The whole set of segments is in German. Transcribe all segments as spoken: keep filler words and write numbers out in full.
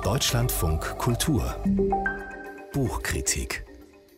Deutschlandfunk Kultur Buchkritik.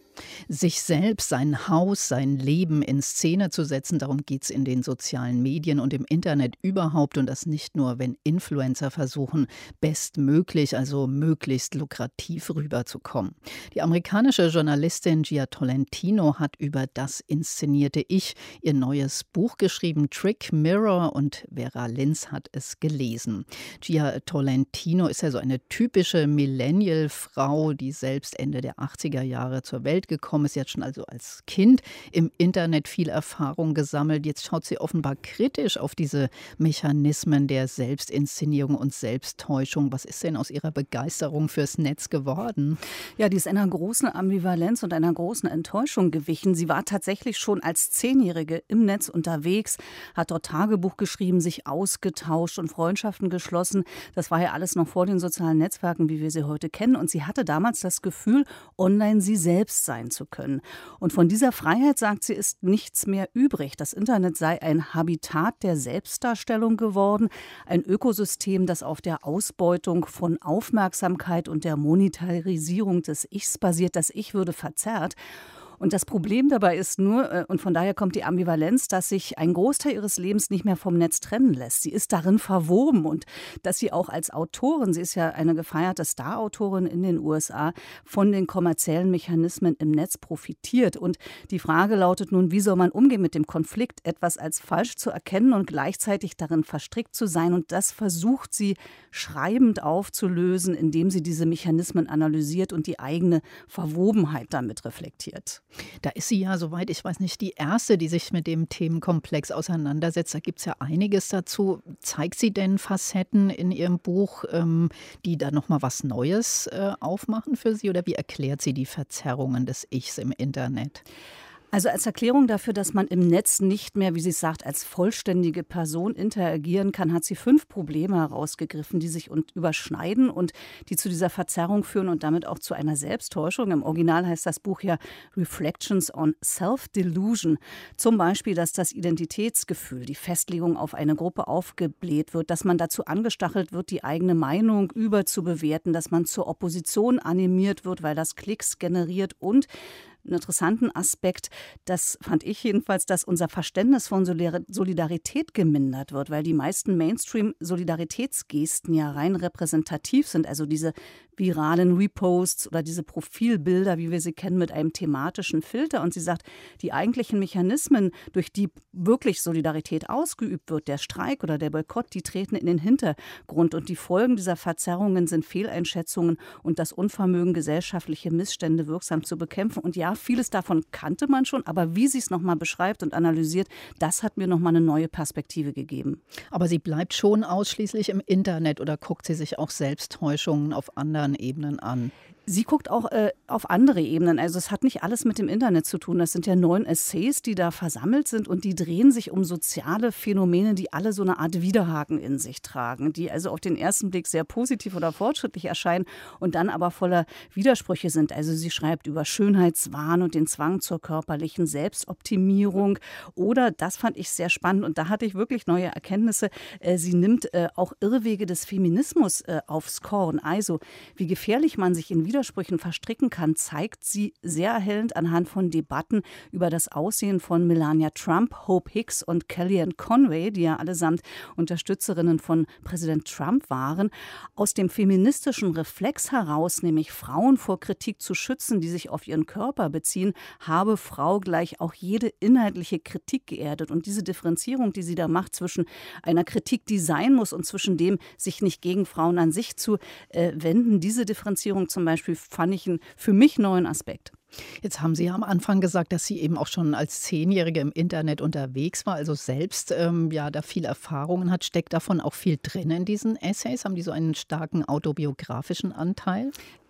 Sich selbst, sein Haus, sein Leben in Szene zu setzen, darum geht es in den sozialen Medien und im Internet überhaupt. Und das nicht nur, wenn Influencer versuchen, bestmöglich, also möglichst lukrativ rüberzukommen. Die amerikanische Journalistin Jia Tolentino hat über das inszenierte Ich ihr neues Buch geschrieben, Trick Mirror, und Vera Linz hat es gelesen. Jia Tolentino ist ja so eine typische Millennial-Frau, die selbst Ende der achtziger Jahre zur Welt gekommen ist, jetzt schon also als Kind im Internet viel Erfahrung gesammelt. Jetzt schaut sie offenbar kritisch auf diese Mechanismen der Selbstinszenierung und Selbsttäuschung. Was ist denn aus ihrer Begeisterung fürs Netz geworden? Ja, die ist einer großen Ambivalenz und einer großen Enttäuschung gewichen. Sie war tatsächlich schon als Zehnjährige im Netz unterwegs, hat dort Tagebuch geschrieben, sich ausgetauscht und Freundschaften geschlossen. Das war ja alles noch vor den sozialen Netzwerken, wie wir sie heute kennen. Und sie hatte damals das Gefühl, online sie selbst sein zu können. Und von dieser Freiheit, sagt sie, ist nichts mehr übrig. Das Internet sei ein Habitat der Selbstdarstellung geworden, ein Ökosystem, das auf der Ausbeutung von Aufmerksamkeit und der Monetarisierung des Ichs basiert. Das Ich würde verzerrt. Und das Problem dabei ist nur, und von daher kommt die Ambivalenz, dass sich ein Großteil ihres Lebens nicht mehr vom Netz trennen lässt. Sie ist darin verwoben und dass sie auch als Autorin, sie ist ja eine gefeierte Star-Autorin in den U S A, von den kommerziellen Mechanismen im Netz profitiert. Und die Frage lautet nun, wie soll man umgehen mit dem Konflikt, etwas als falsch zu erkennen und gleichzeitig darin verstrickt zu sein? Und das versucht sie schreibend aufzulösen, indem sie diese Mechanismen analysiert und die eigene Verwobenheit damit reflektiert. Da ist sie ja, soweit ich weiß, nicht die Erste, die sich mit dem Themenkomplex auseinandersetzt. Da gibt es ja einiges dazu. Zeigt sie denn Facetten in ihrem Buch, ähm, die da nochmal was Neues äh, aufmachen für sie? Oder wie erklärt sie die Verzerrungen des Ichs im Internet? Also als Erklärung dafür, dass man im Netz nicht mehr, wie sie es sagt, als vollständige Person interagieren kann, hat sie fünf Probleme herausgegriffen, die sich und überschneiden und die zu dieser Verzerrung führen und damit auch zu einer Selbsttäuschung. Im Original heißt das Buch ja Reflections on Self-Delusion. Zum Beispiel, dass das Identitätsgefühl, die Festlegung auf eine Gruppe aufgebläht wird, dass man dazu angestachelt wird, die eigene Meinung überzubewerten, dass man zur Opposition animiert wird, weil das Klicks generiert und einen interessanten Aspekt, das fand ich jedenfalls, dass unser Verständnis von Solidarität gemindert wird, weil die meisten Mainstream-Solidaritätsgesten ja rein repräsentativ sind, also diese viralen Reposts oder diese Profilbilder, wie wir sie kennen, mit einem thematischen Filter. Und sie sagt, die eigentlichen Mechanismen, durch die wirklich Solidarität ausgeübt wird, der Streik oder der Boykott, die treten in den Hintergrund. Und die Folgen dieser Verzerrungen sind Fehleinschätzungen und das Unvermögen, gesellschaftliche Missstände wirksam zu bekämpfen. Und ja, vieles davon kannte man schon, aber wie sie es nochmal beschreibt und analysiert, das hat mir nochmal eine neue Perspektive gegeben. Aber sie bleibt schon ausschließlich im Internet oder guckt sie sich auch Selbsttäuschungen auf anderen Ebenen an? Sie guckt auch äh, auf andere Ebenen. Also es hat nicht alles mit dem Internet zu tun. Das sind ja neun Essays, die da versammelt sind und die drehen sich um soziale Phänomene, die alle so eine Art Widerhaken in sich tragen, die also auf den ersten Blick sehr positiv oder fortschrittlich erscheinen und dann aber voller Widersprüche sind. Also sie schreibt über Schönheitswahn und den Zwang zur körperlichen Selbstoptimierung oder, das fand ich sehr spannend und da hatte ich wirklich neue Erkenntnisse, äh, sie nimmt äh, auch Irrwege des Feminismus äh, aufs Korn. Also wie gefährlich man sich in Widersprüchen Widersprüchen verstricken kann, zeigt sie sehr erhellend anhand von Debatten über das Aussehen von Melania Trump, Hope Hicks und Kellyanne Conway, die ja allesamt Unterstützerinnen von Präsident Trump waren. Aus dem feministischen Reflex heraus, nämlich Frauen vor Kritik zu schützen, die sich auf ihren Körper beziehen, habe Frau gleich auch jede inhaltliche Kritik geerdet. Und diese Differenzierung, die sie da macht zwischen einer Kritik, die sein muss und zwischen dem, sich nicht gegen Frauen an sich zu äh, wenden, diese Differenzierung zum Beispiel fand ich einen für mich neuen Aspekt. Jetzt haben Sie ja am Anfang gesagt, dass sie eben auch schon als Zehnjährige im Internet unterwegs war, also selbst ähm, ja da viel Erfahrungen hat. Steckt davon auch viel drin in diesen Essays? Haben die so einen starken autobiografischen Anteil?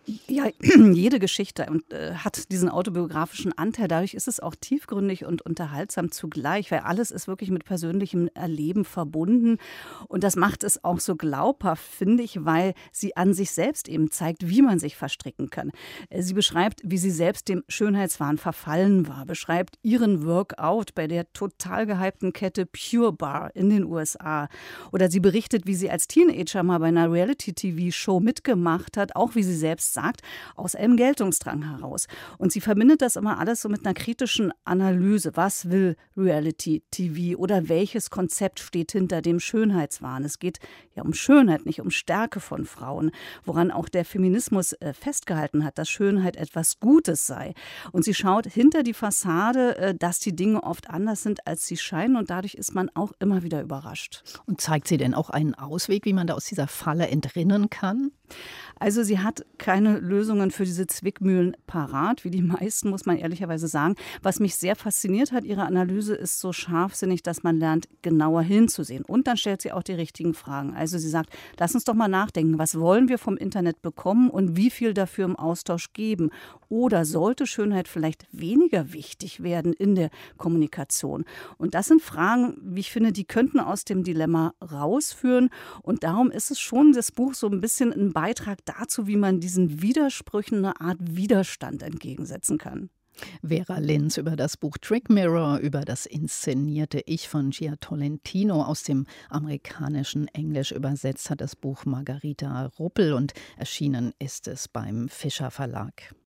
Ja, jede Geschichte und, äh, hat diesen autobiografischen Anteil. Dadurch ist es auch tiefgründig und unterhaltsam zugleich, weil alles ist wirklich mit persönlichem Erleben verbunden. Und das macht es auch so glaubhaft, finde ich, weil sie an sich selbst eben zeigt, wie man sich verstricken kann. Äh, Sie beschreibt, wie sie selbst dem Schönheitswahn verfallen war, beschreibt ihren Workout bei der total gehypten Kette Pure Barre in den U S A. Oder sie berichtet, wie sie als Teenager mal bei einer Reality-T V-Show mitgemacht hat, auch wie sie selbst sagt, aus einem Geltungsdrang heraus. Und sie verbindet das immer alles so mit einer kritischen Analyse. Was will Reality-T V oder welches Konzept steht hinter dem Schönheitswahn? Es geht ja um Schönheit, nicht um Stärke von Frauen, woran auch der Feminismus äh, festgehalten hat, dass Schönheit etwas Gutes sei. Und sie schaut hinter die Fassade, äh, dass die Dinge oft anders sind, als sie scheinen. Und dadurch ist man auch immer wieder überrascht. Und zeigt sie denn auch einen Ausweg, wie man da aus dieser Falle entrinnen kann? Also sie hat keine Lösungen für diese Zwickmühlen parat, wie die meisten, muss man ehrlicherweise sagen. Was mich sehr fasziniert hat, ihre Analyse ist so scharfsinnig, dass man lernt, genauer hinzusehen. Und dann stellt sie auch die richtigen Fragen. Also sie sagt, lass uns doch mal nachdenken, was wollen wir vom Internet bekommen und wie viel dafür im Austausch geben? Oder sollte Schönheit vielleicht weniger wichtig werden in der Kommunikation? Und das sind Fragen, wie ich finde, die könnten aus dem Dilemma rausführen. Und darum ist es schon das Buch so ein bisschen ein Beitrag dazu, wie man diesen Widersprüchen eine Art Widerstand entgegensetzen kann. Vera Linz über das Buch Trick Mirror, über das inszenierte Ich von Gia Tolentino, aus dem amerikanischen Englisch übersetzt hat das Buch Margarita Ruppel und erschienen ist es beim Fischer Verlag.